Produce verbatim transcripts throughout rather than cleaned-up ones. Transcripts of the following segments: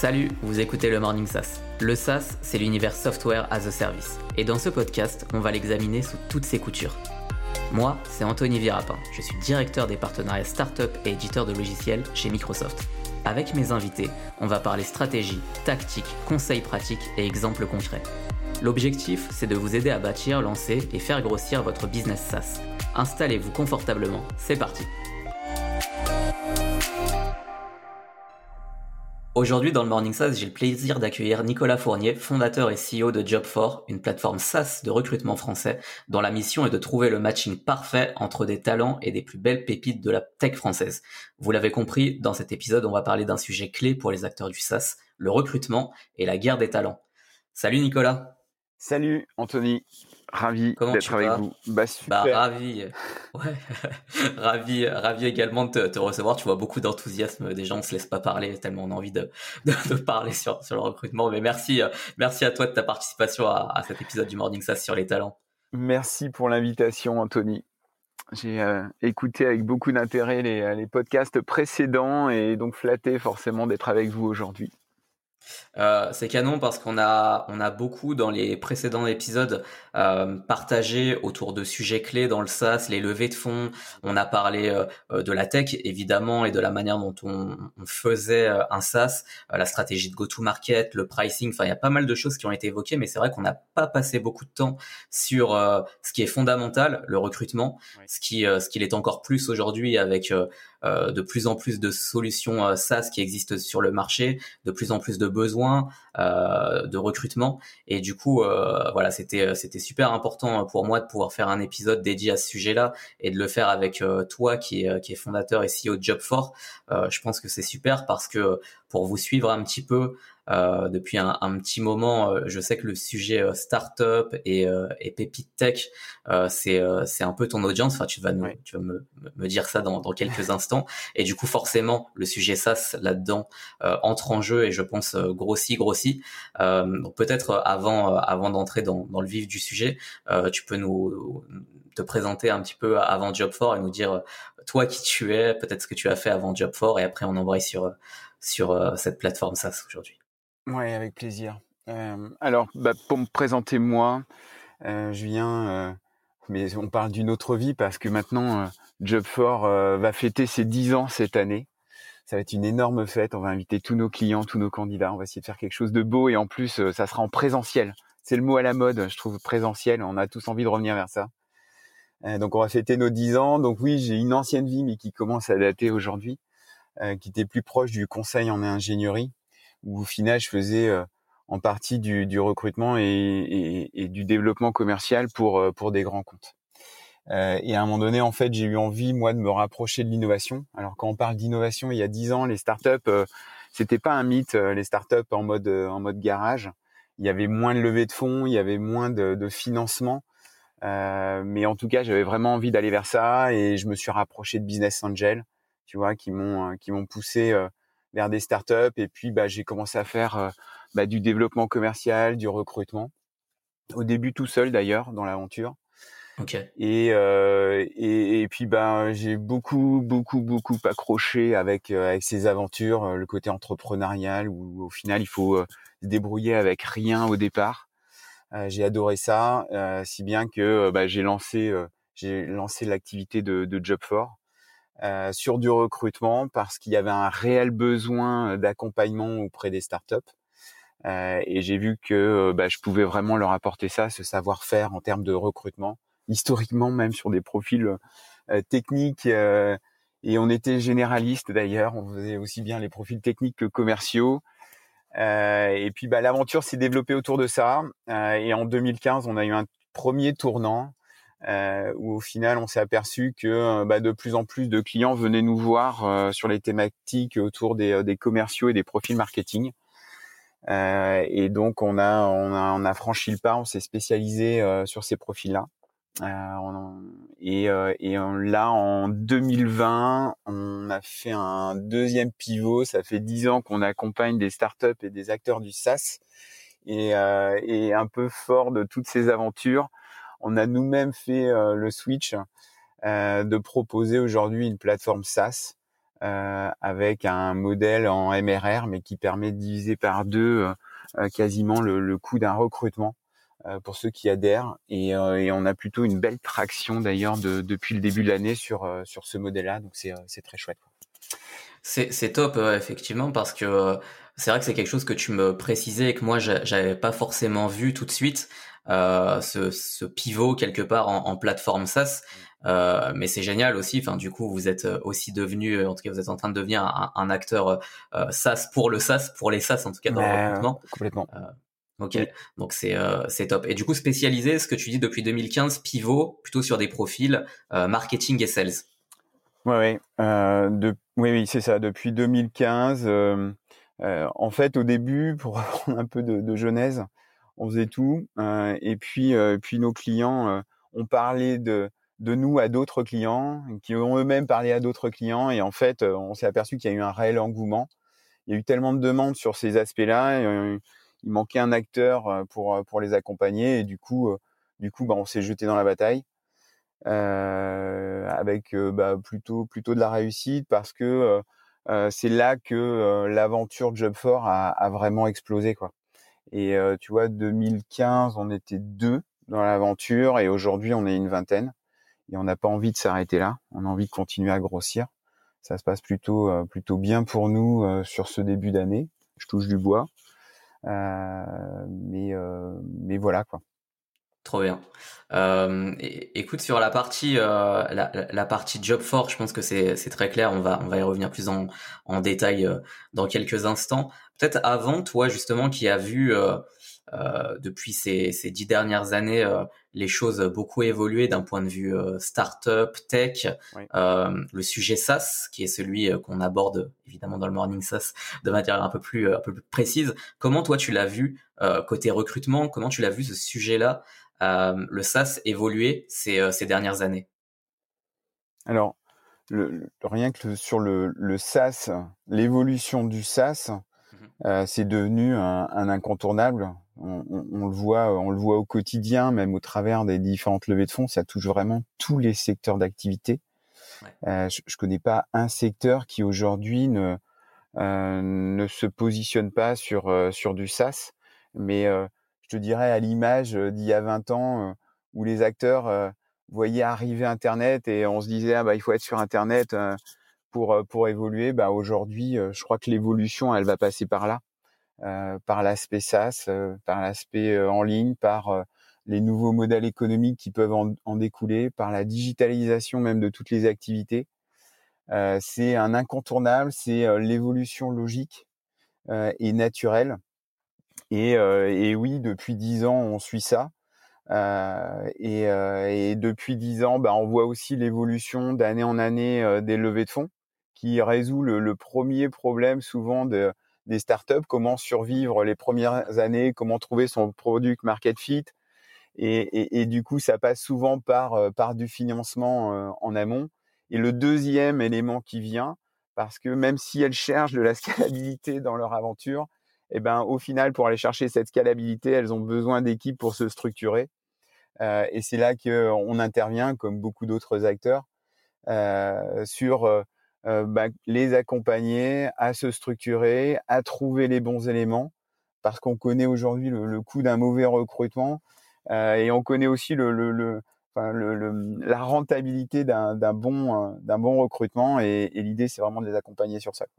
Salut, vous écoutez le Morning SaaS. Le SaaS, c'est l'univers Software as a Service. Et dans ce podcast, on va l'examiner sous toutes ses coutures. Moi, c'est Anthony Virapin. Je suis directeur des partenariats startup et éditeur de logiciels chez Microsoft. Avec mes invités, on va parler stratégie, tactique, conseils pratiques et exemples concrets. L'objectif, c'est de vous aider à bâtir, lancer et faire grossir votre business SaaS. Installez-vous confortablement, c'est parti. Aujourd'hui, dans le Morning SaaS, j'ai le plaisir d'accueillir Nicolas Fournier, fondateur et C E O de Job four, une plateforme SaaS de recrutement français dont la mission est de trouver le matching parfait entre des talents et des plus belles pépites de la tech française. Vous l'avez compris, dans cet épisode, on va parler d'un sujet clé pour les acteurs du SaaS, le recrutement et la guerre des talents. Salut Nicolas. Salut Anthony, ravi Comment d'être tu avec vas vous. Bah super. Bah ravi, ouais, ravi, ravi également de te, te recevoir. Tu vois beaucoup d'enthousiasme des gens, on se laisse pas parler tellement on a envie de, de, de parler sur sur le recrutement. Mais merci, merci à toi de ta participation à, à cet épisode du Morning SaaS sur les talents. Merci pour l'invitation Anthony. J'ai euh, écouté avec beaucoup d'intérêt les, les podcasts précédents et donc flatté forcément d'être avec vous aujourd'hui. Euh, c'est canon parce qu'on a on a beaucoup dans les précédents épisodes euh, partagé autour de sujets clés dans le SaaS, les levées de fonds. On a parlé euh, de la tech évidemment et de la manière dont on, on faisait euh, un SaaS, euh, la stratégie de go-to-market, le pricing. Enfin, il y a pas mal de choses qui ont été évoquées, mais c'est vrai qu'on n'a pas passé beaucoup de temps sur euh, ce qui est fondamental, le recrutement, oui. ce qui euh, ce qu'il est encore plus aujourd'hui avec euh, euh, de plus en plus de solutions euh, SaaS qui existent sur le marché, de plus en plus de besoins euh, de recrutement et du coup euh, voilà c'était c'était super important pour moi de pouvoir faire un épisode dédié à ce sujet-là et de le faire avec euh, toi qui est qui est fondateur et C E O de Job four. Euh, je pense que c'est super parce que pour vous suivre un petit peu euh, depuis un, un petit moment, euh, je sais que le sujet euh, startup et euh, et pépite tech euh, c'est euh, c'est un peu ton audience. Enfin tu vas nous, oui. tu vas me me dire ça dans dans quelques instants et du coup forcément le sujet SaaS là-dedans euh, entre en jeu et je pense euh, grossit grossit. Euh, donc peut-être avant euh, avant d'entrer dans dans le vif du sujet, euh, tu peux nous te présenter un petit peu avant Job four et nous dire euh, toi qui tu es, peut-être ce que tu as fait avant Job four et après on embraye sur sur euh, cette plateforme SaaS aujourd'hui. Ouais, avec plaisir. Euh, alors, bah, pour me présenter moi, euh, je viens, euh, mais on parle d'une autre vie parce que maintenant, euh, Job four euh, va fêter ses dix ans cette année. Ça va être une énorme fête. On va inviter tous nos clients, tous nos candidats. On va essayer de faire quelque chose de beau et en plus, euh, ça sera en présentiel. C'est le mot à la mode, je trouve, présentiel. On a tous envie de revenir vers ça. Euh, donc, on va fêter nos dix ans. Donc oui, j'ai une ancienne vie, mais qui commence à dater aujourd'hui, euh, qui était plus proche du conseil en ingénierie, où au final, je faisais euh, en partie du, du recrutement et, et, et du développement commercial pour euh, pour des grands comptes. Euh, et à un moment donné, en fait, j'ai eu envie, moi, de me rapprocher de l'innovation. Alors, quand on parle d'innovation, il y a dix ans, les startups, euh, c'était pas un mythe. Euh, les startups en mode euh, en mode garage, il y avait moins de levée de fonds, il y avait moins de, de financement. Euh, mais en tout cas, j'avais vraiment envie d'aller vers ça et je me suis rapproché de business angels, tu vois, qui m'ont qui m'ont poussé euh, vers des startups. Et puis, bah, j'ai commencé à faire euh, bah, du développement commercial, du recrutement. Au début, tout seul d'ailleurs dans l'aventure. Okay. Et, euh, et et puis ben j'ai beaucoup beaucoup beaucoup accroché avec euh, avec ces aventures, euh, le côté entrepreneurial où au final il faut euh, se débrouiller avec rien au départ. Euh, j'ai adoré ça, euh, si bien que euh, bah, j'ai lancé euh, j'ai lancé l'activité de, de Job four euh, sur du recrutement parce qu'il y avait un réel besoin d'accompagnement auprès des startups. Euh, et j'ai vu que euh, bah, je pouvais vraiment leur apporter ça, ce savoir-faire en termes de recrutement, historiquement même sur des profils euh, techniques. Euh, et on était généralistes d'ailleurs, on faisait aussi bien les profils techniques que commerciaux. Euh, et puis bah, l'aventure s'est développée autour de ça. Euh, et en deux mille quinze, on a eu un premier tournant euh, où au final, on s'est aperçu que bah, de plus en plus de clients venaient nous voir euh, sur les thématiques autour des, des commerciaux et des profils marketing. Euh, et donc on a on a on a franchi le pas, on s'est spécialisé euh, sur ces profils-là. Euh, on, et euh, et on, là en deux mille vingt, on a fait un deuxième pivot. Ça fait dix ans qu'on accompagne des startups et des acteurs du SaaS. Et, euh, et un peu fort de toutes ces aventures, on a nous-mêmes fait euh, le switch euh, de proposer aujourd'hui une plateforme SaaS euh, avec un modèle en M R R, mais qui permet de diviser par deux euh, quasiment le, le coût d'un recrutement euh, pour ceux qui adhèrent. Et, euh, et on a plutôt une belle traction d'ailleurs de, depuis le début de l'année sur euh, sur ce modèle-là. Donc c'est c'est très chouette. C'est c'est top euh, effectivement parce que euh, c'est vrai que c'est quelque chose que tu me précisais et que moi j'a- j'avais pas forcément vu tout de suite euh, ce, ce pivot quelque part en, en plateforme SaaS. Euh, mais c'est génial aussi. Enfin du coup vous êtes aussi devenu, en tout cas vous êtes en train de devenir un, un acteur euh, SaaS pour le SaaS, pour les SaaS en tout cas dans le Euh, recrutement. complètement. Euh, ok, Oui. donc c'est euh, c'est top. Et du coup spécialisé, ce que tu dis depuis deux mille quinze, pivot plutôt sur des profils euh, marketing et sales. Ouais, ouais. Euh, de, oui, oui, c'est ça. Depuis deux mille quinze, euh, euh, en fait, au début, pour prendre un peu de, de genèse, on faisait tout. Euh, et puis, euh, puis nos clients euh, ont parlé de, de nous à d'autres clients, qui ont eux-mêmes parlé à d'autres clients. Et en fait, euh, on s'est aperçu qu'il y a eu un réel engouement. Il y a eu tellement de demandes sur ces aspects-là. Et, euh, il manquait un acteur euh, pour pour les accompagner. Et du coup, euh, du coup, bah, on s'est jeté dans la bataille euh, avec euh, bah, plutôt plutôt de la réussite parce que euh, euh, c'est là que euh, l'aventure Job four a, a vraiment explosé quoi. Et euh, tu vois, deux mille quinze, on était deux dans l'aventure et aujourd'hui on est une vingtaine et on n'a pas envie de s'arrêter là. On a envie de continuer à grossir. Ça se passe plutôt euh, plutôt bien pour nous euh, sur ce début d'année. Je touche du bois, euh, mais euh, mais voilà quoi. Trop bien. Euh, é- écoute, sur la partie euh, la, la la partie job four, je pense que c'est c'est très clair. On va on va y revenir plus en en détail euh, dans quelques instants. Peut-être avant, toi justement, qui a vu euh, euh, depuis ces ces dix dernières années euh, les choses beaucoup évoluer d'un point de vue euh, startup, tech, Oui. euh, le sujet SaaS, qui est celui euh, qu'on aborde évidemment dans le Morning SaaS de manière un peu plus euh, un peu plus précise. Comment toi tu l'as vu euh, côté recrutement? Comment tu l'as vu ce sujet-là? Euh, le SaaS évoluer ces, euh, ces dernières années? Alors, le, le- rien que le- sur le, le SaaS, l'évolution du SaaS, Mhm. euh, c'est devenu un, un incontournable. On, on- on le voit, on le voit au quotidien, même au travers des différentes levées de fonds. Ça touche vraiment tous les secteurs d'activité. Ouais. Euh, je, je connais pas un secteur qui aujourd'hui ne euh, ne se positionne pas sur euh, sur du SaaS. Mais euh, je te dirais à l'image euh, d'il y a vingt ans euh, où les acteurs euh, voyaient arriver Internet et on se disait ah bah il faut être sur Internet euh, pour euh, pour évoluer. Bah aujourd'hui, euh, je crois que l'évolution elle va passer par là, euh, par l'aspect SaaS, euh, par l'aspect euh, en ligne, par euh, les nouveaux modèles économiques qui peuvent en, en découler, par la digitalisation même de toutes les activités. Euh, c'est un incontournable, c'est euh, l'évolution logique euh, et naturelle. Et, euh, et oui, depuis dix ans, on suit ça. Euh, et, euh, et depuis dix ans, bah, on voit aussi l'évolution d'année en année euh, des levées de fonds, qui résout le, le premier problème souvent de, des startups, comment survivre les premières années, comment trouver son product market fit. Et, et, et du coup, ça passe souvent par, euh, par du financement euh, en amont. Et le deuxième élément qui vient, parce que même si elles cherchent de la scalabilité dans leur aventure, eh ben, au final, pour aller chercher cette scalabilité, elles ont besoin d'équipes pour se structurer. Euh, et c'est là qu'on intervient, comme beaucoup d'autres acteurs, euh, sur euh, euh, bah, les accompagner à se structurer, à trouver les bons éléments, parce qu'on connaît aujourd'hui le, le coût d'un mauvais recrutement euh, et on connaît aussi le, le, le, enfin, le, le la rentabilité d'un, d'un bon euh, d'un bon recrutement et, et l'idée c'est vraiment de les accompagner sur ça.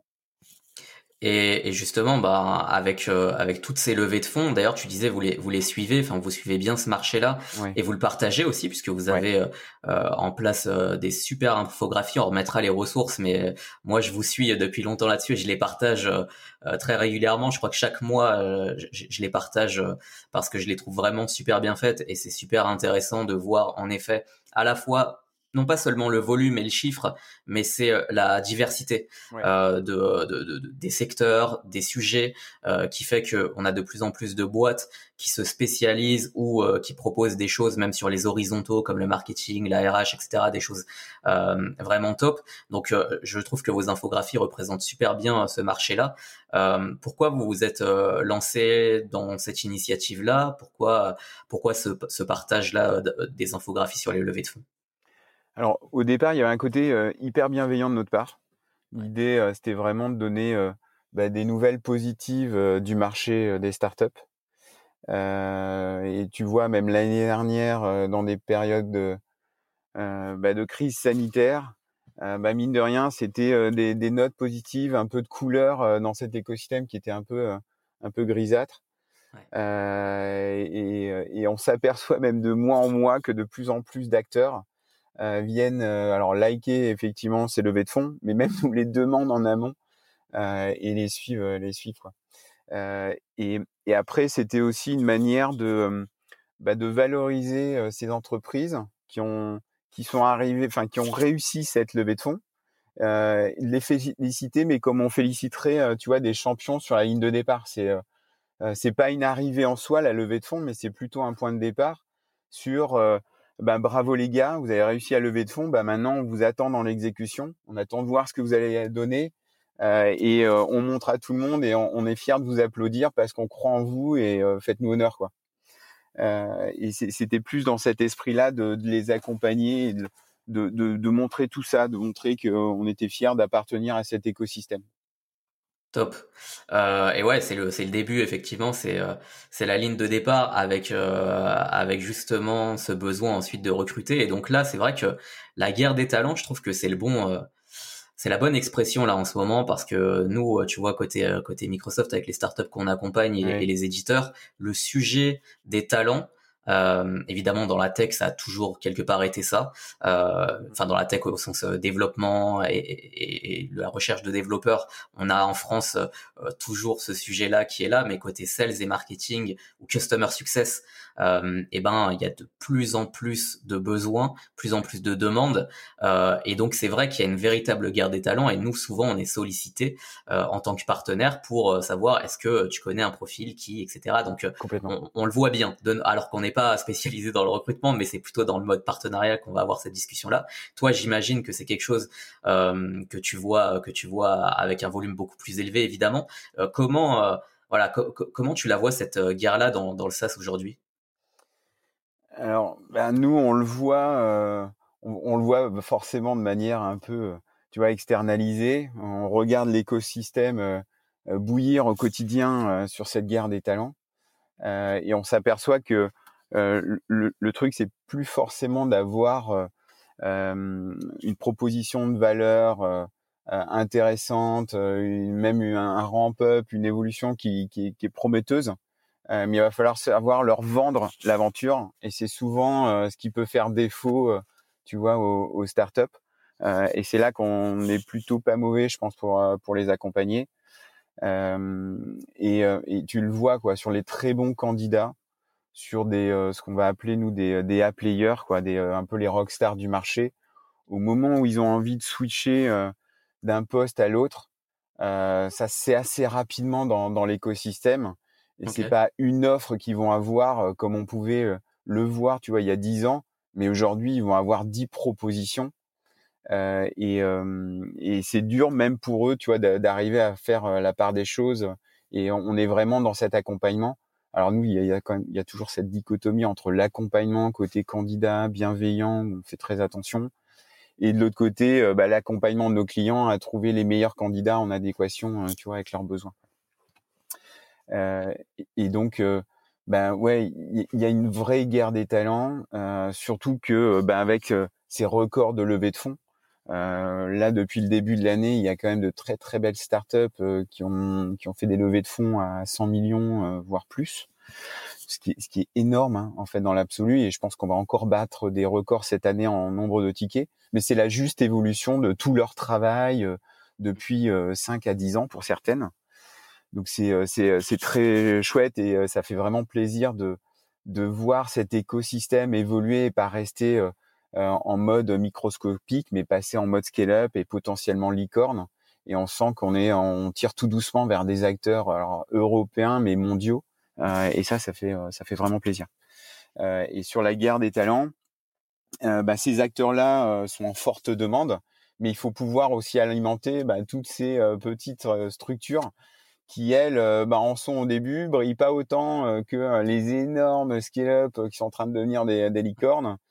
Et, et justement, bah, avec euh, avec toutes ces levées de fonds, d'ailleurs, tu disais vous les vous les suivez, enfin vous suivez bien ce marché-là Ouais, et vous le partagez aussi puisque vous ouais, avez euh, euh, en place euh, des super infographies. On remettra les ressources, mais euh, moi je vous suis depuis longtemps là-dessus et je les partage euh, euh, très régulièrement. Je crois que chaque mois euh, je, je les partage euh, parce que je les trouve vraiment super bien faites et c'est super intéressant de voir en effet à la fois non pas seulement le volume et le chiffre, mais c'est euh, la diversité ouais. euh, de, de, de, des secteurs, des sujets, euh, qui fait que on a de plus en plus de boîtes qui se spécialisent ou euh, qui proposent des choses même sur les horizontaux comme le marketing, la R H, et cetera. Des choses euh, vraiment top. Donc, euh, je trouve que vos infographies représentent super bien euh, ce marché-là. Euh, pourquoi vous vous êtes euh, lancé dans cette initiative-là? Pourquoi, pourquoi ce, ce partage-là euh, des infographies sur les levées de fonds? Alors au départ, il y avait un côté euh, hyper bienveillant de notre part. Ouais. L'idée, euh, c'était vraiment de donner euh, bah, des nouvelles positives euh, du marché euh, des startups. Euh, et tu vois, même l'année dernière, euh, dans des périodes de, euh, bah, de crise sanitaire, euh, bah, mine de rien, c'était euh, des, des notes positives, un peu de couleur euh, dans cet écosystème qui était un peu, euh, un peu grisâtre. Ouais. Euh, et, et on s'aperçoit même de mois en mois que de plus en plus d'acteurs euh, viennent euh, alors liker effectivement ces levées de fonds, mais même nous les demandent en amont euh, et les suivent, les suivent quoi. Euh, et, et après, c'était aussi une manière de, euh, bah, de valoriser euh, ces entreprises qui ont, qui sont arrivées, enfin qui ont réussi cette levée de fonds. Euh, les féliciter, mais comme on féliciterait, euh, tu vois, des champions sur la ligne de départ. C'est euh, euh, c'est pas une arrivée en soi la levée de fonds, mais c'est plutôt un point de départ sur euh, ben, bravo les gars, vous avez réussi à lever de fonds, ben, maintenant on vous attend dans l'exécution, on attend de voir ce que vous allez donner euh, et euh, on montre à tout le monde et on, on est fiers de vous applaudir parce qu'on croit en vous et euh, faites-nous honneur quoi. Euh, et c'était plus dans cet esprit-là de, de les accompagner, et de, de, de, de montrer tout ça, de montrer qu'on était fiers d'appartenir à cet écosystème. Top. Euh, et ouais, c'est le c'est le début effectivement, c'est euh, c'est la ligne de départ avec euh, avec justement ce besoin ensuite de recruter. Et donc là, c'est vrai que la guerre des talents, je trouve que c'est le bon euh, c'est la bonne expression là en ce moment parce que nous, tu vois, côté euh, côté Microsoft avec les startups qu'on accompagne et, et Ouais. les éditeurs, le sujet des talents. Euh, évidemment, dans la tech, ça a toujours quelque part été ça. Euh, Enfin, dans la tech au sens euh, développement et, et, et la recherche de développeurs, on a en France euh, toujours ce sujet-là qui est là. Mais côté sales et marketing ou customer success, euh, eh ben, il y a de plus en plus de besoins, plus en plus de demandes. Euh, et donc, c'est vrai qu'il y a une véritable guerre des talents. Et nous, souvent, on est sollicité euh, en tant que partenaire pour euh, savoir est-ce que tu connais un profil qui, et cetera. Donc, euh, Complètement. on, on le voit bien, de, alors qu'on n'est pas spécialisé dans le recrutement, mais c'est plutôt dans le mode partenarial qu'on va avoir cette discussion-là. Toi, j'imagine que c'est quelque chose euh, que tu vois, que tu vois avec un volume beaucoup plus élevé, évidemment. Euh, comment, euh, voilà, co- co- comment tu la vois cette euh, guerre-là dans, dans le SaaS aujourd'hui? Alors, ben, nous, on le voit, euh, on, on le voit forcément de manière un peu, euh, tu vois, externalisée. On regarde l'écosystème euh, euh, bouillir au quotidien euh, sur cette guerre des talents, euh, et on s'aperçoit que euh, le, le truc, c'est plus forcément d'avoir euh, euh, une proposition de valeur euh, euh, intéressante, euh, une- même un, un ramp-up, une évolution qui, qui, qui est prometteuse. Euh, mais il va falloir savoir leur vendre l'aventure et c'est souvent euh, ce qui peut faire défaut, euh, tu vois, aux, aux startups. Euh, et c'est là qu'on est plutôt pas mauvais, je pense, pour euh, pour les accompagner. Euh, et, euh, et tu le vois quoi sur les très bons candidats, sur des euh, ce qu'on va appeler nous des des A players quoi, des euh, un peu les rockstars du marché. Au moment où ils ont envie de switcher euh, d'un poste à l'autre, euh, ça se fait assez rapidement dans, dans l'écosystème. Et Ok. c'est pas une offre qu'ils vont avoir euh, comme on pouvait euh, le voir, tu vois, il y a dix ans. Mais aujourd'hui, ils vont avoir dix propositions. Euh, et euh, et c'est dur même pour eux, tu vois, d'a- d'arriver à faire euh, la part des choses. Et on, on est vraiment dans cet accompagnement. Alors nous, il y a, il y a quand même, il y a toujours cette dichotomie entre l'accompagnement côté candidat, bienveillant, où on fait très attention, et de l'autre côté, euh, bah, l'accompagnement de nos clients à trouver les meilleurs candidats en adéquation, euh, tu vois, avec leurs besoins. Euh, et, et donc, euh, ben ouais, il y, y a une vraie guerre des talents, euh, surtout que, ben avec euh, ces records de levée de fonds. Euh, là, depuis le début de l'année, il y a quand même de très très belles startups euh, qui ont qui ont fait des levées de fonds à cent millions, euh, voire plus, ce qui, ce qui est énorme hein, en fait dans l'absolu. Et je pense qu'on va encore battre des records cette année en nombre de tickets. Mais c'est la juste évolution de tout leur travail euh, depuis euh, cinq à dix ans pour certaines. Donc c'est euh, c'est c'est très chouette et euh, ça fait vraiment plaisir de de voir cet écosystème évoluer et pas rester euh, euh, en mode microscopique, mais passer en mode scale-up et potentiellement licorne. Et on sent qu'on est, on tire tout doucement vers des acteurs alors, européens mais mondiaux. Euh, et ça, ça fait, euh, ça fait vraiment plaisir. Euh, et sur la guerre des talents, euh, bah, ces acteurs-là euh, sont en forte demande, mais il faut pouvoir aussi alimenter bah, toutes ces euh, petites euh, structures qui elles euh, bah, en sont au début, brillent pas autant euh, que euh, les énormes scale-up euh, qui sont en train de devenir des, des licornes.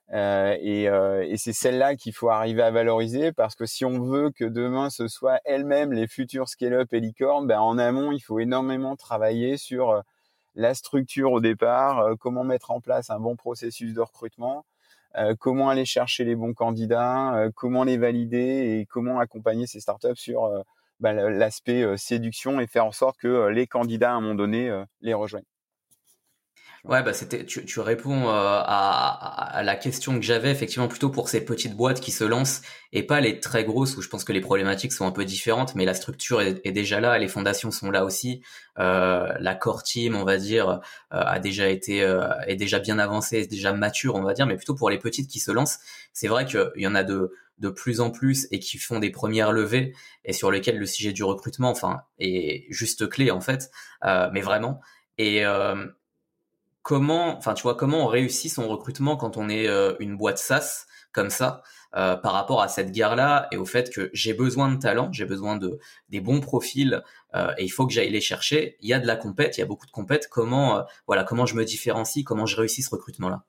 Euh, et, euh, et c'est celle-là qu'il faut arriver à valoriser, parce que si on veut que demain ce soit elles-mêmes les futures scale-up et licornes, ben en amont il faut énormément travailler sur euh, la structure au départ, euh, comment mettre en place un bon processus de recrutement, euh, comment aller chercher les bons candidats, euh, comment les valider et comment accompagner ces startups sur euh, ben, l'aspect euh, séduction et faire en sorte que euh, les candidats à un moment donné euh, les rejoignent. Ouais, bah c'était, tu, tu réponds euh, à, à la question que j'avais effectivement plutôt pour ces petites boîtes qui se lancent et pas les très grosses où je pense que les problématiques sont un peu différentes, mais la structure est, est déjà là, les fondations sont là aussi, euh, la core team, on va dire, euh, a déjà été, euh, est déjà bien avancée, est déjà mature, on va dire, mais plutôt pour les petites qui se lancent, c'est vrai qu'il y en a de de plus en plus et qui font des premières levées et sur lesquelles le sujet du recrutement, enfin, est juste clé en fait, euh, mais vraiment. Et euh, comment, enfin tu vois, comment on réussit son recrutement quand on est euh, une boîte SaaS comme ça, euh, par rapport à cette guerre-là et au fait que j'ai besoin de talent, j'ai besoin de des bons profils euh, et il faut que j'aille les chercher. Il y a de la compète, il y a beaucoup de compète. Comment, euh, voilà, comment je me différencie, comment je réussis ce recrutement-là?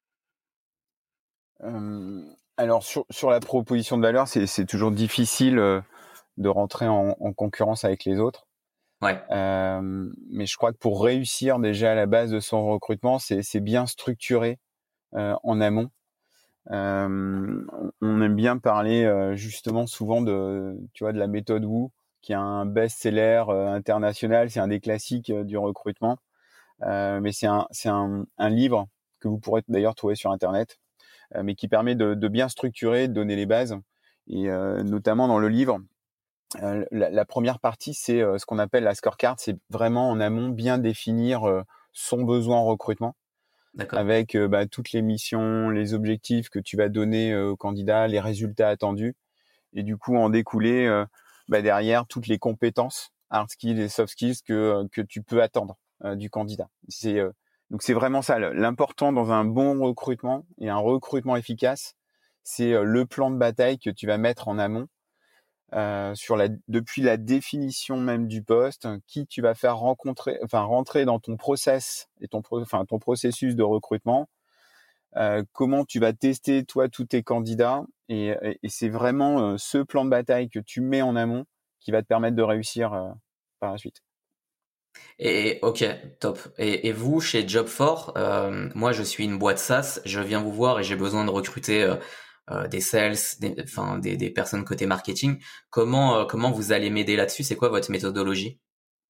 Euh, alors sur, sur la proposition de valeur, c'est, c'est toujours difficile euh, de rentrer en, en concurrence avec les autres. Ouais, Euh, mais je crois que pour réussir déjà à la base de son recrutement, c'est, c'est bien structuré euh, en amont. Euh, on aime bien parler euh, justement souvent de, tu vois, de la méthode Wu, qui est un best-seller euh, international. C'est un des classiques euh, du recrutement. Euh, mais c'est un, c'est un, un livre que vous pourrez d'ailleurs trouver sur Internet, euh, mais qui permet de, de bien structurer, de donner les bases. Et euh, notamment dans le livre, euh, la, la première partie, c'est euh, ce qu'on appelle la scorecard. C'est vraiment en amont bien définir euh, son besoin en recrutement, d'accord. avec euh, bah, toutes les missions, les objectifs que tu vas donner euh, aux candidats, les résultats attendus, et du coup en découler euh, bah, derrière toutes les compétences, hard skills et soft skills que que tu peux attendre euh, du candidat. C'est euh, donc c'est vraiment ça l'important dans un bon recrutement et un recrutement efficace, c'est euh, le plan de bataille que tu vas mettre en amont. Euh, sur la depuis la définition même du poste, qui tu vas faire rencontrer, enfin rentrer dans ton process et ton pro, enfin ton processus de recrutement, euh, comment tu vas tester toi tous tes candidats, et, et, et c'est vraiment euh, ce plan de bataille que tu mets en amont qui va te permettre de réussir euh, par la suite. Et ok, top. Et, et vous, chez Job four, euh, moi je suis une boîte SaaS, je viens vous voir et j'ai besoin de recruter euh, euh, des sales, des, enfin des, des personnes côté marketing. Comment euh, comment vous allez m'aider là-dessus? C'est quoi votre méthodologie?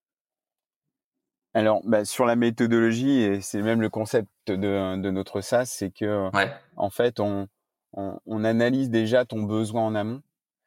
Alors bah, sur la méthodologie, et c'est même le concept de, de notre SaaS, c'est que Ouais, en fait on, on, on analyse déjà ton besoin en amont.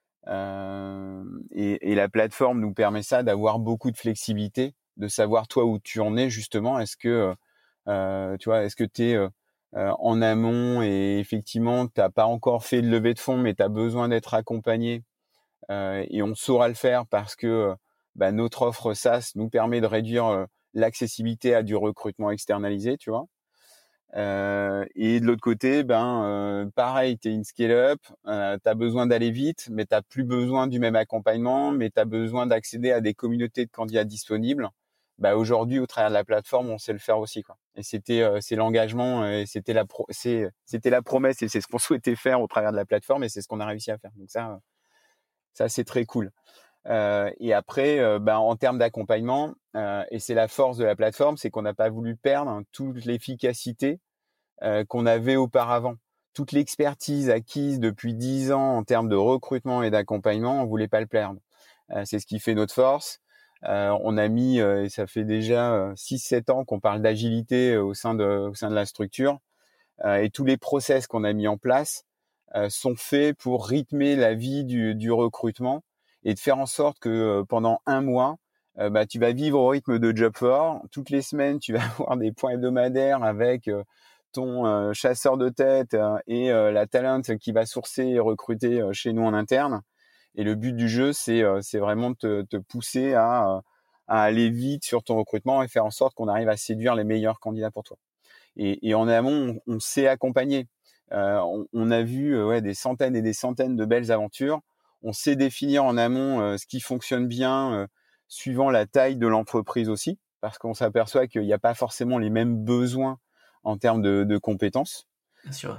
Euh, et, et la plateforme nous permet ça, d'avoir beaucoup de flexibilité, de savoir toi où tu en es justement. Est-ce que euh, tu vois, est-ce que tu es euh, en amont et effectivement t'as pas encore fait de levée de fonds, mais tu as besoin d'être accompagné, euh, et on saura le faire parce que bah, notre offre SaaS nous permet de réduire euh, l'accessibilité à du recrutement externalisé, tu vois. Euh, et de l'autre côté, ben euh, pareil, tu es une scale-up, euh, tu as besoin d'aller vite, mais tu plus besoin du même accompagnement, mais tu as besoin d'accéder à des communautés de candidats disponibles. Bah aujourd'hui, au travers de la plateforme, on sait le faire aussi, quoi. Et c'était euh, c'est l'engagement, et c'était la pro- c'est c'était la promesse, et c'est ce qu'on souhaitait faire au travers de la plateforme, et c'est ce qu'on a réussi à faire. Donc ça, ça c'est très cool. Euh, et après, euh, ben, en termes d'accompagnement, euh, et c'est la force de la plateforme, c'est qu'on n'a pas voulu perdre hein, toute l'efficacité euh, qu'on avait auparavant. Toute l'expertise acquise depuis dix ans en termes de recrutement et d'accompagnement, on voulait pas le perdre. Euh, c'est ce qui fait notre force. Euh, on a mis, euh, et ça fait déjà six sept ans qu'on parle d'agilité au sein de, au sein de la structure. Euh, et tous les process qu'on a mis en place euh, sont faits pour rythmer la vie du, du recrutement et de faire en sorte que euh, pendant un mois, euh, bah, tu vas vivre au rythme de Job four. Toutes les semaines, tu vas avoir des points hebdomadaires avec euh, ton euh, chasseur de tête euh, et euh, la talent qui va sourcer et recruter euh, chez nous en interne. Et le but du jeu, c'est euh, c'est vraiment de te, te pousser à, à aller vite sur ton recrutement et faire en sorte qu'on arrive à séduire les meilleurs candidats pour toi. Et, et en amont, on, on sait accompagner. Euh, on, on a vu euh, ouais, des centaines et des centaines de belles aventures. On sait définir en amont euh, ce qui fonctionne bien, euh, suivant la taille de l'entreprise aussi, parce qu'on s'aperçoit qu'il n'y a pas forcément les mêmes besoins en termes de, de compétences. Bien sûr.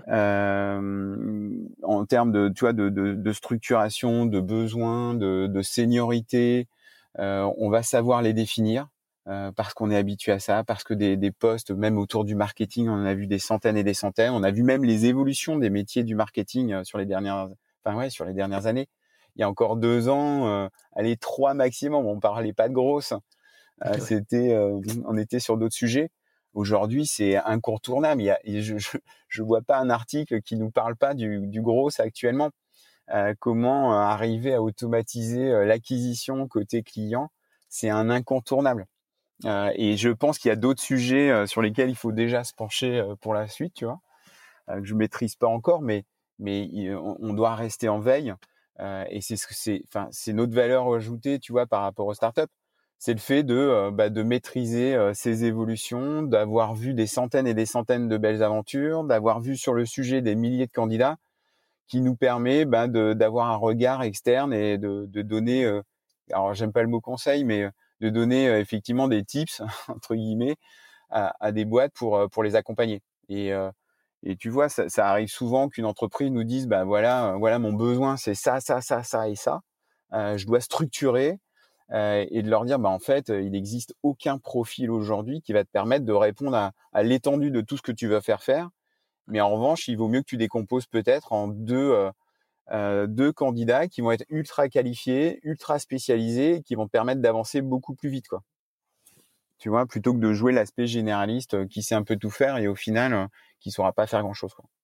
Euh, en termes de, tu vois, de, de, de structuration, de besoins, de, de seniorité, euh, on va savoir les définir euh, parce qu'on est habitué à ça, parce que des, des postes, même autour du marketing, on en a vu des centaines et des centaines. On a vu même les évolutions des métiers du marketing euh, sur les dernières, enfin ouais, sur les dernières années. Il y a encore deux ans, euh, allez, trois maximum. On parlait pas de grosses. Euh, Ouais. c'était, euh, on était sur d'autres sujets. Aujourd'hui, c'est incontournable. Il y a, je, je, je vois pas un article qui nous parle pas du, du gros actuellement. Euh, comment arriver à automatiser euh, l'acquisition côté client, c'est un incontournable. Euh, et je pense qu'il y a d'autres sujets euh, sur lesquels il faut déjà se pencher euh, pour la suite, tu vois, euh, que je maîtrise pas encore, mais mais il, on, on doit rester en veille. Euh, et c'est ce que c'est, enfin, c'est notre valeur ajoutée, tu vois, par rapport aux startups. C'est le fait de euh, bah, de maîtriser euh, ces évolutions, d'avoir vu des centaines et des centaines de belles aventures, d'avoir vu sur le sujet des milliers de candidats, qui nous permet ben, de, d'avoir un regard externe et de, de donner, euh, alors j'aime pas le mot conseil, mais de donner euh, effectivement des tips entre guillemets à, à des boîtes pour euh, pour les accompagner. Et euh, et tu vois, ça, ça arrive souvent qu'une entreprise nous dise, ben voilà, euh, voilà mon besoin, c'est ça, ça, ça, ça et ça. Euh, je dois structurer euh, et de leur dire, ben en fait, il n'existe aucun profil aujourd'hui qui va te permettre de répondre à, à l'étendue de tout ce que tu vas faire faire. Mais en revanche, il vaut mieux que tu décomposes peut-être en deux euh, euh, deux candidats qui vont être ultra qualifiés, ultra spécialisés, et qui vont te permettre d'avancer beaucoup plus vite, quoi. Tu vois, plutôt que de jouer l'aspect généraliste euh, qui sait un peu tout faire et au final euh, qui saura pas faire grand-chose, quoi.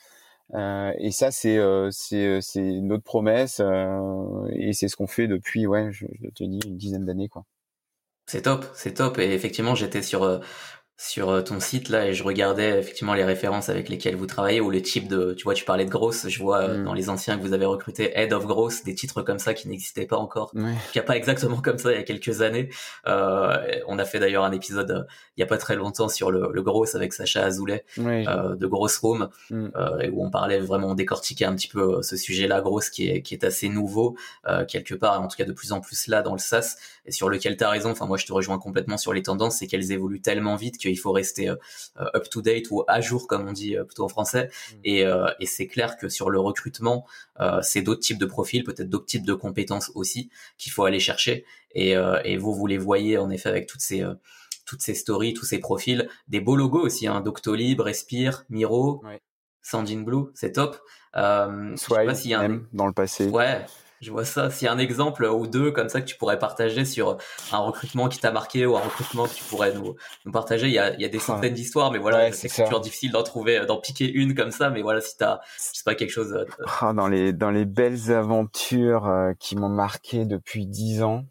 Euh, et ça, c'est euh, c'est euh, c'est notre promesse euh, et c'est ce qu'on fait depuis, ouais, je, je te dis une dizaine d'années, quoi. C'est top, c'est top. Et effectivement, j'étais sur euh, sur euh, ton site là et je regardais effectivement les références avec lesquelles vous travaillez ou le type de, tu vois, tu parlais de growth, je vois euh, Mm. dans les anciens que vous avez recruté Head of Growth, des titres comme ça qui n'existaient pas encore, Ouais. en tout cas pas exactement comme ça il y a quelques années. Euh, on a fait d'ailleurs un épisode euh, il y a pas très longtemps sur le, le growth avec Sacha Azoulay Ouais, j'ai vu. euh, de Growth Room Mm. euh, et où on parlait vraiment, on décortiquait un petit peu euh, ce sujet-là, growth qui est qui est assez nouveau euh, quelque part, en tout cas de plus en plus là dans le SaaS et sur lequel tu as raison. Enfin moi je te rejoins complètement sur les tendances, c'est qu'elles évoluent tellement vite qu'il faut rester euh, up to date ou à jour comme on dit euh, plutôt en français. Mm. Et, euh, et c'est clair que sur le recrutement, euh, c'est d'autres types de profils, peut-être d'autres types de compétences aussi qu'il faut aller chercher. Et, euh, et vous vous les voyez en effet avec toutes ces euh, toutes ces stories, tous ces profils, des beaux logos aussi, hein, Doctolib, Respire, Miro, Ouais. Sandinblue, c'est top. Euh, je sais pas Swive s'il y a un même dans le passé. ouais, je vois ça. S'il y a un exemple ou deux comme ça que tu pourrais partager sur un recrutement qui t'a marqué ou un recrutement que tu pourrais nous, nous partager, il y a, il y a des Ah, centaines d'histoires, mais voilà, ouais, je c'est sais que c'est ça. toujours difficile d'en trouver, d'en piquer une comme ça, mais voilà, si t'as, je sais pas, quelque chose. euh, Ah, dans les dans les belles aventures euh, qui m'ont marqué depuis dix ans.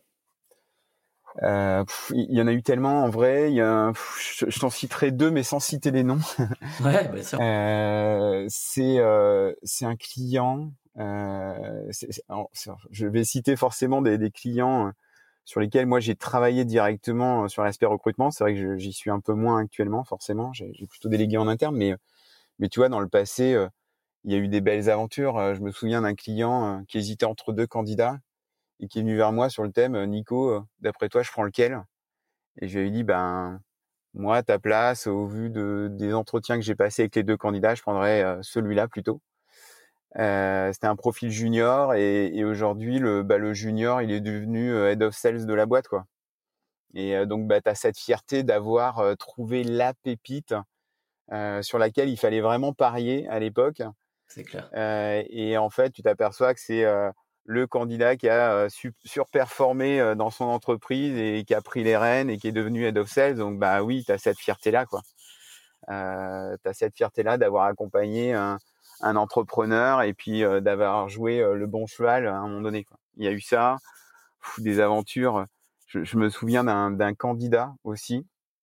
Euh, pff, il y en a eu tellement en vrai. Il y a, pff, je, je t'en citerai deux, mais sans citer les noms. Ouais, bien sûr. Euh, c'est euh, c'est un client. Euh, c'est, c'est- alors, c'est- je vais citer forcément des, des clients euh, sur lesquels moi j'ai travaillé directement euh, sur l'aspect recrutement. C'est vrai que je- j'y suis un peu moins actuellement, forcément. J'ai, j'ai plutôt délégué en interne, mais mais tu vois, dans le passé, euh, il y a eu des belles aventures. Euh, je me souviens d'un client euh, qui hésitait entre deux candidats et qui est venu vers moi sur le thème, euh, Nico, euh, d'après toi, je prends lequel? Et je lui ai dit, ben, moi, à ta place, au vu de, des entretiens que j'ai passés avec les deux candidats, je prendrais euh, celui-là plutôt. Euh, c'était un profil junior et, et aujourd'hui, le, bah, le junior, il est devenu euh, head of sales de la boîte, quoi. Et euh, donc, bah, tu as cette fierté d'avoir euh, trouvé la pépite euh, sur laquelle il fallait vraiment parier à l'époque. C'est clair. Euh, et en fait, tu t'aperçois que c'est euh, le candidat qui a euh, su- surperformé euh, dans son entreprise et qui a pris les rênes et qui est devenu head of sales. Donc, bah oui, tu as cette fierté-là, quoi. Euh, tu as cette fierté-là d'avoir accompagné un, un entrepreneur et puis euh, d'avoir joué euh, le bon cheval à un moment donné, quoi. Il y a eu ça, pff, des aventures. Je, je me souviens d'un, d'un candidat aussi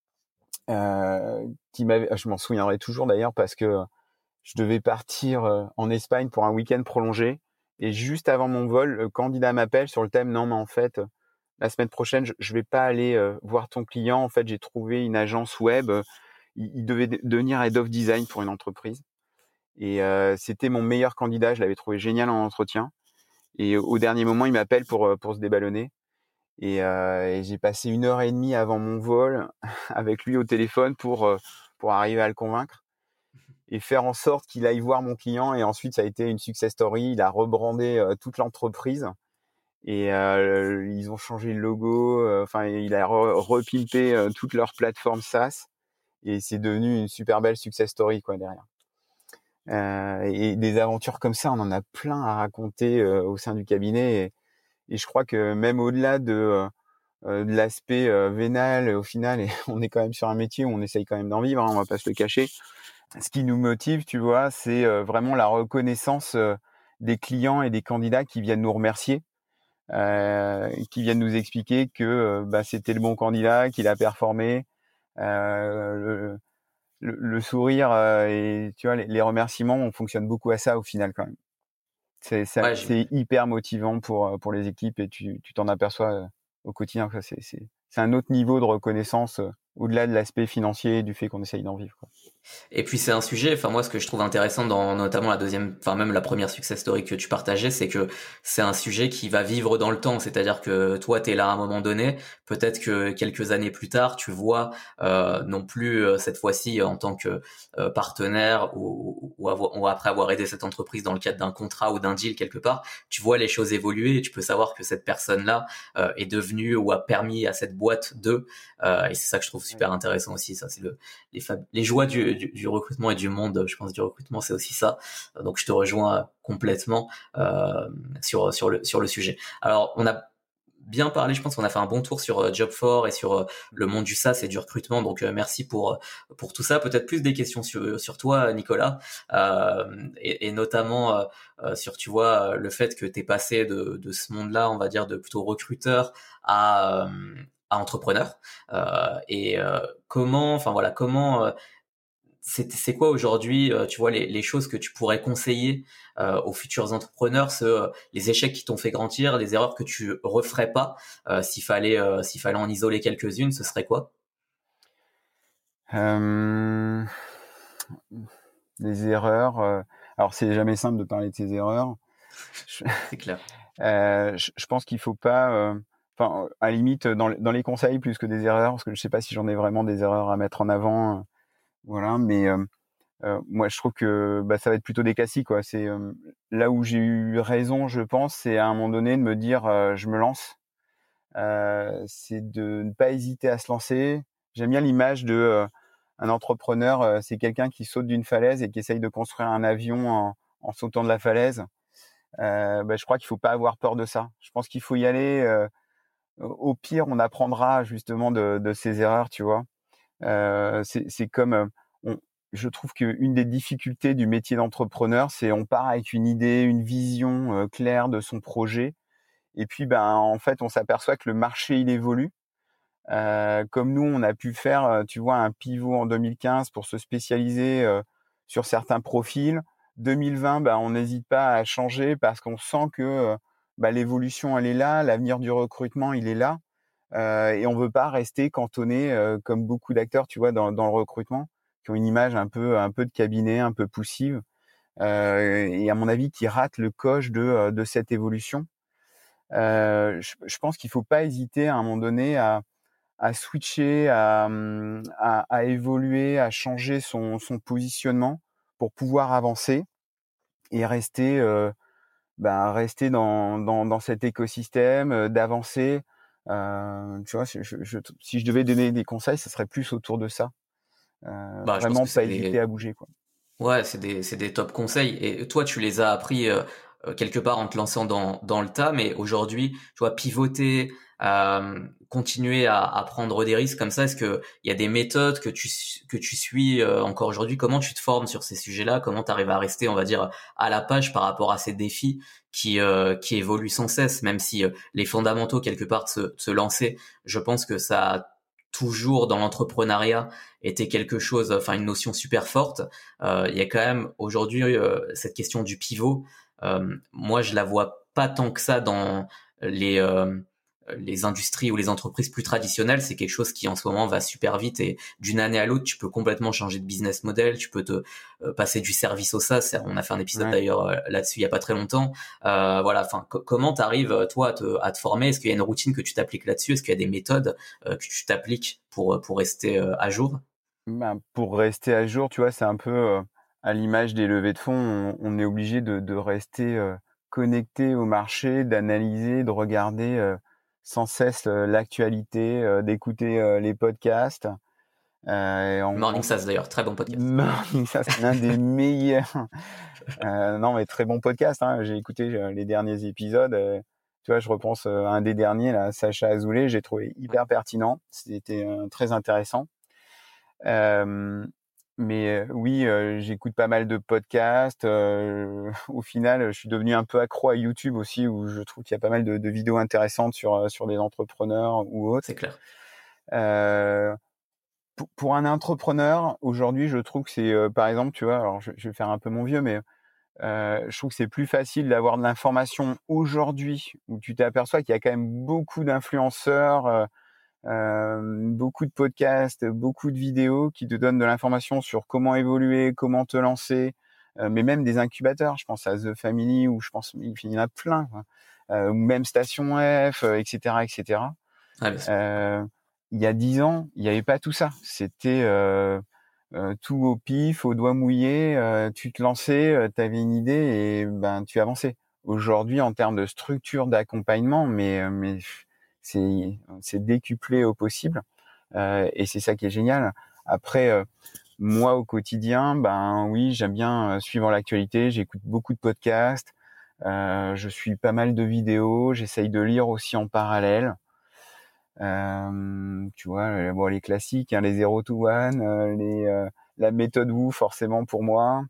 euh, qui m'avait, je m'en souviendrai toujours d'ailleurs parce que je devais partir euh, en Espagne pour un week-end prolongé. Et juste avant mon vol, le candidat m'appelle sur le thème, non, mais en fait, euh, la semaine prochaine, je, je vais pas aller euh, voir ton client. En fait, j'ai trouvé une agence web. Euh, il, il devait de- devenir head of design pour une entreprise. Et euh, c'était mon meilleur candidat. Je l'avais trouvé génial en entretien. Et au dernier moment, il m'appelle pour, euh, pour se déballonner. Et, euh, et j'ai passé une heure et demie avant mon vol avec lui au téléphone pour, euh, pour arriver à le convaincre. et faire en sorte qu'il aille voir mon client. Et ensuite, ça a été une success story. Il a rebrandé euh, toute l'entreprise et euh, ils ont changé le logo. Enfin, euh, il a re- repimpé euh, toute leur plateforme SaaS et c'est devenu une super belle success story quoi derrière. Euh, et des aventures comme ça, on en a plein à raconter euh, au sein du cabinet. Et, et je crois que même au-delà de, euh, de l'aspect euh, vénal, au final, et on est quand même sur un métier où on essaye quand même d'en vivre, hein, on va pas se le cacher. Ce qui nous motive, tu vois, c'est euh, vraiment la reconnaissance euh, des clients et des candidats qui viennent nous remercier, euh, qui viennent nous expliquer que euh, bah, c'était le bon candidat, qu'il a performé. Euh, le, le, le sourire euh, et tu vois les, les remerciements, on fonctionne beaucoup à ça au final quand même. C'est ça, Ouais, c'est hyper motivant pour pour les équipes et tu tu t'en aperçois euh, au quotidien quoi. C'est c'est c'est un autre niveau de reconnaissance euh, au-delà de l'aspect financier et du fait qu'on essaye d'en vivre quoi. Et puis c'est un sujet, enfin moi ce que je trouve intéressant dans notamment la deuxième, enfin même la première success story que tu partageais, c'est que c'est un sujet qui va vivre dans le temps. C'est-à-dire que toi t'es là à un moment donné, peut-être que quelques années plus tard tu vois euh, non plus euh, cette fois-ci en tant que euh, partenaire ou, ou, avoir- ou après avoir aidé cette entreprise dans le cadre d'un contrat ou d'un deal quelque part, tu vois les choses évoluer et tu peux savoir que cette personne-là euh, est devenue ou a permis à cette boîte de, euh, et c'est ça que je trouve Ouais. super intéressant aussi. Ça c'est le les, fab- les joies du, du, du recrutement et du monde, je pense, du recrutement, c'est aussi ça. Donc, je te rejoins complètement euh, sur sur le sur le sujet. Alors, on a bien parlé, je pense qu'on a fait un bon tour sur euh, Job four et sur euh, le monde du SaaS et du recrutement. Donc, euh, merci pour euh, pour tout ça. Peut-être plus des questions sur sur toi, Nicolas, euh, et, et notamment euh, euh, sur, tu vois, euh, le fait que t'es passé de de ce monde-là, on va dire, de plutôt recruteur à euh, à entrepreneur. Euh, et euh, comment, enfin voilà, comment, euh, c'est, c'est quoi aujourd'hui, euh, tu vois, les, les choses que tu pourrais conseiller euh, aux futurs entrepreneurs, ce, euh, les échecs qui t'ont fait grandir, les erreurs que tu referais pas, euh, s'il fallait, euh, s'il fallait en isoler quelques-unes, ce serait quoi? Euh, des erreurs. euh, alors c'est jamais simple de parler de ses erreurs. Je, C'est clair. euh, je, je pense qu'il faut pas. euh, Enfin, à la limite dans, les- dans les conseils plus que des erreurs, parce que je sais pas si j'en ai vraiment des erreurs à mettre en avant. euh, Voilà, mais euh, Euh, moi, je trouve que bah, ça va être plutôt des classiques, quoi. C'est euh, là où j'ai eu raison, je pense, c'est à un moment donné de me dire, euh, je me lance. Euh, c'est de ne pas hésiter à se lancer. J'aime bien l'image de euh, un entrepreneur, euh, c'est quelqu'un qui saute d'une falaise et qui essaye de construire un avion en, en sautant de la falaise. Euh, bah, je crois qu'il faut pas avoir peur de ça. Je pense qu'il faut y aller. Euh, au pire, on apprendra justement de, de ses erreurs, tu vois. Euh, c'est, c'est comme, euh, on, je trouve qu'une des difficultés du métier d'entrepreneur, c'est on part avec une idée, une vision euh, claire de son projet, et puis ben en fait on s'aperçoit que le marché il évolue. Euh, comme nous, on a pu faire, euh, tu vois, un pivot en deux mille quinze pour se spécialiser euh, sur certains profils. deux mille vingt, ben, on n'hésite pas à changer parce qu'on sent que euh, ben, l'évolution elle est là, l'avenir du recrutement il est là. Euh, et on veut pas rester cantonné euh, comme beaucoup d'acteurs, tu vois, dans, dans le recrutement, qui ont une image un peu, un peu de cabinet, un peu poussive, euh, et à mon avis, qui ratent le coche de, euh, de cette évolution. Euh, je, je pense qu'il faut pas hésiter à un moment donné à, à switcher, à, hum, à, à évoluer, à changer son, son positionnement pour pouvoir avancer et rester, euh, ben, rester dans, dans, dans cet écosystème, euh, d'avancer. Euh, tu vois, je, je, je- si je devais donner des conseils, ce serait plus autour de ça. Euh, Bah, je pense vraiment que pas c'est hésiter des, à bouger, quoi. ouais, c'est des, c'est des top conseils. Et toi, tu les as appris euh, euh, quelque part en te lançant dans, dans le tas, mais aujourd'hui, tu vois, pivoter, euh, continuer à, à prendre des risques comme ça, est-ce que il y a des méthodes que tu, su- que tu suis euh, encore aujourd'hui? Comment tu te formes sur ces sujets-là? Comment tu arrives à rester, on va dire, à la page par rapport à ces défis qui, euh, qui évoluent sans cesse, même si euh, les fondamentaux, quelque part, de se, de se lancer, je pense que ça a toujours dans l'entrepreneuriat été quelque chose, enfin une notion super forte. Euh, il y a quand même aujourd'hui euh, cette question du pivot. Euh, moi, je la vois pas tant que ça dans les euh, les industries ou les entreprises plus traditionnelles. C'est quelque chose qui en ce moment va super vite et d'une année à l'autre, tu peux complètement changer de business model. Tu peux te euh, passer du service au SaaS. On a fait un épisode Ouais. d'ailleurs euh, là-dessus il y a pas très longtemps. Euh, voilà. Enfin, co- comment t'arrives toi à te, à te former? Est-ce qu'il y a une routine que tu t'appliques là-dessus? Est-ce qu'il y a des méthodes euh, que tu t'appliques pour pour rester euh, à jour? Ben, pour rester à jour, tu vois, c'est un peu, euh, à l'image des levées de fonds, on, on est obligé de, de rester euh, connecté au marché, d'analyser, de regarder euh, sans cesse euh, l'actualité, euh, d'écouter euh, les podcasts. Euh, en, Morning en... Sas d'ailleurs, très bon podcast. Morning Sas, c'est l'un des meilleurs. Euh, non, mais très bon podcast. Hein. J'ai écouté euh, les derniers épisodes. Euh, tu vois, je repense euh, à un des derniers, là, Sacha Azoulay. J'ai trouvé hyper pertinent. C'était euh, très intéressant. Euh, mais euh, oui, euh, j'écoute pas mal de podcasts. Euh, au final, je suis devenu un peu accro à YouTube aussi, où je trouve qu'il y a pas mal de, de vidéos intéressantes sur sur des entrepreneurs ou autres. C'est clair. Euh, pour, pour un entrepreneur, aujourd'hui, je trouve que c'est, euh, par exemple, tu vois, alors je, je vais faire un peu mon vieux, mais euh, je trouve que c'est plus facile d'avoir de l'information aujourd'hui, où tu t'aperçois qu'il y a quand même beaucoup d'influenceurs. Euh, euh, beaucoup de podcasts, beaucoup de vidéos qui te donnent de l'information sur comment évoluer, comment te lancer, euh, mais même des incubateurs. Je pense à The Family ou je pense il y en a plein, quoi. Euh, ou même Station F, euh, et cetera, et cetera. Ah, bien sûr. Euh, il y a dix ans, il n'y avait pas tout ça. C'était euh, euh, tout au pif, au doigt mouillé. Euh, tu te lançais, euh, tu avais une idée et ben tu avançais. Aujourd'hui, en termes de structure d'accompagnement, mais mais c'est c'est décuplé au possible euh, et c'est ça qui est génial. Après, euh, moi au quotidien, ben oui, j'aime bien euh, suivre l'actualité. J'écoute beaucoup de podcasts, euh, je suis pas mal de vidéos. J'essaye de lire aussi en parallèle. Euh, tu vois, euh, bon les classiques, hein, les zéro to one, euh, les euh, la méthode Wu forcément pour moi.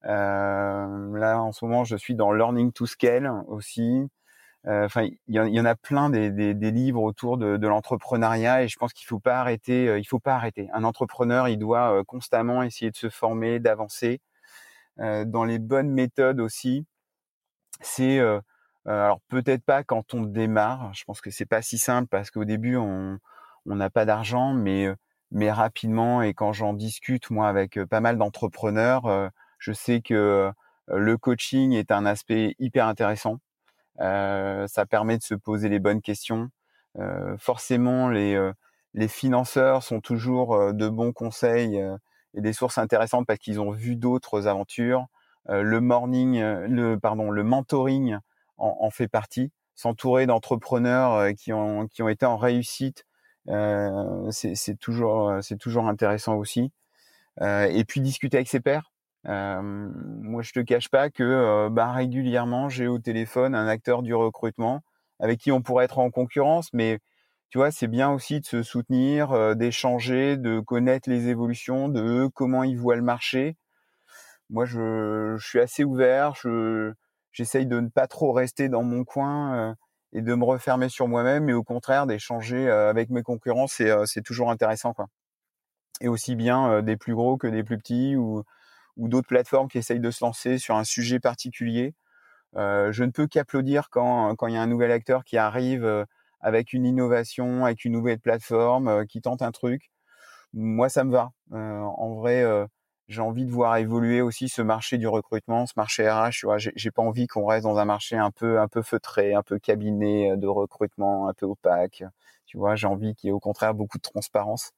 Euh, là en ce moment, je suis dans Learning to Scale aussi. Enfin, il y, y en a plein des, des, des livres autour de, de l'entrepreneuriat et je pense qu'il faut pas arrêter. Euh, il faut pas arrêter. Un entrepreneur, il doit euh, constamment essayer de se former, d'avancer euh, dans les bonnes méthodes aussi. C'est euh, euh, alors peut-être pas quand on démarre. Je pense que c'est pas si simple parce qu'au début on on n'a pas d'argent, mais euh, mais rapidement et quand j'en discute moi avec euh, pas mal d'entrepreneurs, euh, je sais que euh, le coaching est un aspect hyper intéressant. Euh, ça permet de se poser les bonnes questions. Euh, forcément, les euh, les financeurs sont toujours euh, de bons conseils euh, et des sources intéressantes parce qu'ils ont vu d'autres aventures. Euh, le morning, euh, le pardon, le mentoring en, en fait partie. S'entourer d'entrepreneurs euh, qui ont qui ont été en réussite, euh, c'est c'est toujours c'est toujours intéressant aussi. Euh, et puis discuter avec ses pairs. Euh, moi, je te cache pas que euh, bah, régulièrement, j'ai au téléphone un acteur du recrutement avec qui on pourrait être en concurrence, mais tu vois, c'est bien aussi de se soutenir, euh, d'échanger, de connaître les évolutions, de eux, comment ils voient le marché. Moi, je, je suis assez ouvert, je, j'essaye de ne pas trop rester dans mon coin euh, et de me refermer sur moi-même, mais au contraire d'échanger euh, avec mes concurrents, c'est, euh, c'est toujours intéressant, quoi. Et aussi bien euh, des plus gros que des plus petits ou ou d'autres plateformes qui essayent de se lancer sur un sujet particulier. Euh, je ne peux qu'applaudir quand quand il y a un nouvel acteur qui arrive euh, avec une innovation, avec une nouvelle plateforme, euh, qui tente un truc. Moi, ça me va. Euh, en vrai, euh, j'ai envie de voir évoluer aussi ce marché du recrutement, ce marché R H. Tu vois, j'ai, j'ai pas envie qu'on reste dans un marché un peu un peu feutré, un peu cabinet de recrutement, un peu opaque. Tu vois, j'ai envie qu'il y ait au contraire beaucoup de transparence.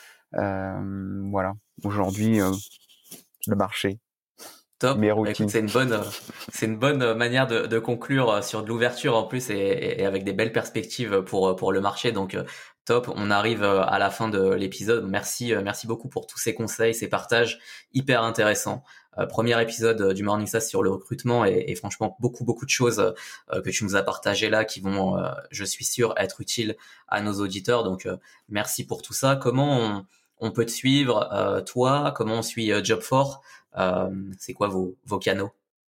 Euh, voilà. Aujourd'hui, euh, le marché. Top. Mes Bah, écoute, routines. c'est une bonne, euh, c'est une bonne euh, manière de, de conclure euh, sur de l'ouverture en plus et, et avec des belles perspectives pour euh, pour le marché. Donc euh, top. On arrive euh, à la fin de l'épisode. Merci, euh, merci beaucoup pour tous ces conseils, ces partages hyper intéressants. Euh, premier épisode euh, du Morning S A S sur le recrutement et, et franchement beaucoup beaucoup de choses euh, que tu nous as partagées là qui vont, euh, je suis sûr, être utiles à nos auditeurs. Donc euh, merci pour tout ça. Comment on, on peut te suivre, euh, toi? Comment on suit euh, Job four? Euh, c'est quoi vos, vos canaux?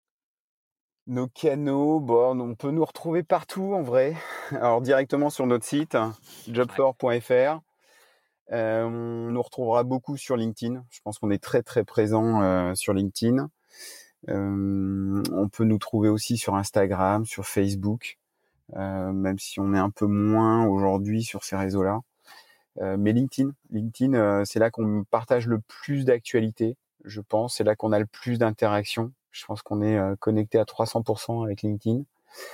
Nos canaux, bon, on peut nous retrouver partout en vrai. Alors directement sur notre site job Ouais. four point f r. Euh, on nous retrouvera beaucoup sur LinkedIn. Je pense qu'on est très très présent euh, sur LinkedIn. Euh, on peut nous trouver aussi sur Instagram, sur Facebook, euh, même si on est un peu moins aujourd'hui sur ces réseaux-là. Euh, mais LinkedIn, LinkedIn, euh, c'est là qu'on partage le plus d'actualités, je pense. C'est là qu'on a le plus d'interactions. Je pense qu'on est euh, connecté à trois cents pour cent avec LinkedIn.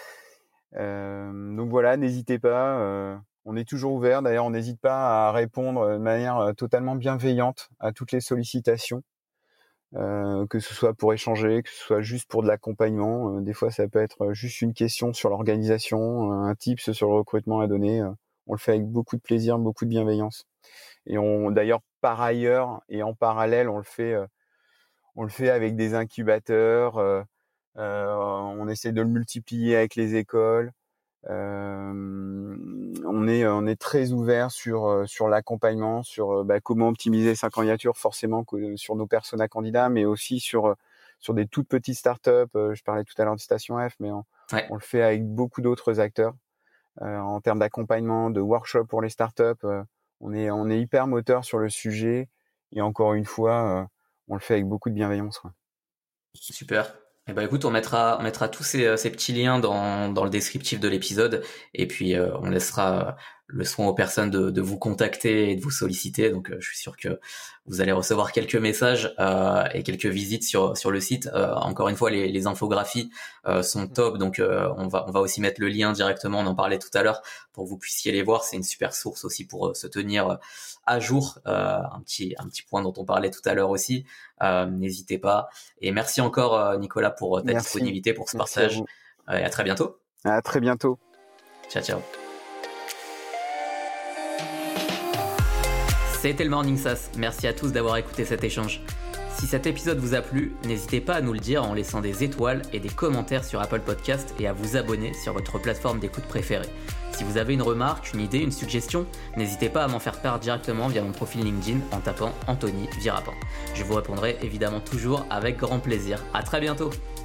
Euh, donc voilà, n'hésitez pas. Euh, on est toujours ouvert. D'ailleurs, on n'hésite pas à répondre de manière euh, totalement bienveillante à toutes les sollicitations. euh, que ce soit pour échanger, que ce soit juste pour de l'accompagnement. Euh, des fois, ça peut être juste une question sur l'organisation, un tips sur le recrutement à donner. Euh, on le fait avec beaucoup de plaisir, beaucoup de bienveillance. Et on, d'ailleurs, par ailleurs et en parallèle, on le fait, euh, on le fait avec des incubateurs. Euh, euh, on essaie de le multiplier avec les écoles. Euh, on est on est très ouvert sur sur l'accompagnement, sur bah, comment optimiser sa candidature, forcément sur nos personas candidats, mais aussi sur sur des toutes petites startups. Je parlais tout à l'heure de Station F, mais on, ouais. on le fait avec beaucoup d'autres acteurs euh, en termes d'accompagnement, de workshop pour les startups. Euh, on est on est hyper moteur sur le sujet et encore une fois, euh, on le fait avec beaucoup de bienveillance. Quoi. Super. Eh ben écoute, on mettra, on mettra tous ces, ces petits liens dans, dans le descriptif de l'épisode et puis euh, on laissera le soin aux personnes de, de vous contacter et de vous solliciter. Donc euh, je suis sûr que vous allez recevoir quelques messages euh, et quelques visites sur sur le site. Euh, encore une fois, les, les infographies euh, sont top, donc euh, on va on va aussi mettre le lien directement. On en parlait tout à l'heure pour que vous puissiez les voir. C'est une super source aussi pour euh, se tenir à jour. Euh, un petit un petit point dont on parlait tout à l'heure aussi. Euh, n'hésitez pas. Et merci encore euh, Nicolas pour ta merci. disponibilité pour ce merci partage. À et à très bientôt. À très bientôt. Ciao ciao. C'était le Morning SaaS. Merci à tous d'avoir écouté cet échange. Si cet épisode vous a plu, n'hésitez pas à nous le dire en laissant des étoiles et des commentaires sur Apple Podcast et à vous abonner sur votre plateforme d'écoute préférée. Si vous avez une remarque, une idée, une suggestion, n'hésitez pas à m'en faire part directement via mon profil LinkedIn en tapant Anthony Virapin. Je vous répondrai évidemment toujours avec grand plaisir. À très bientôt.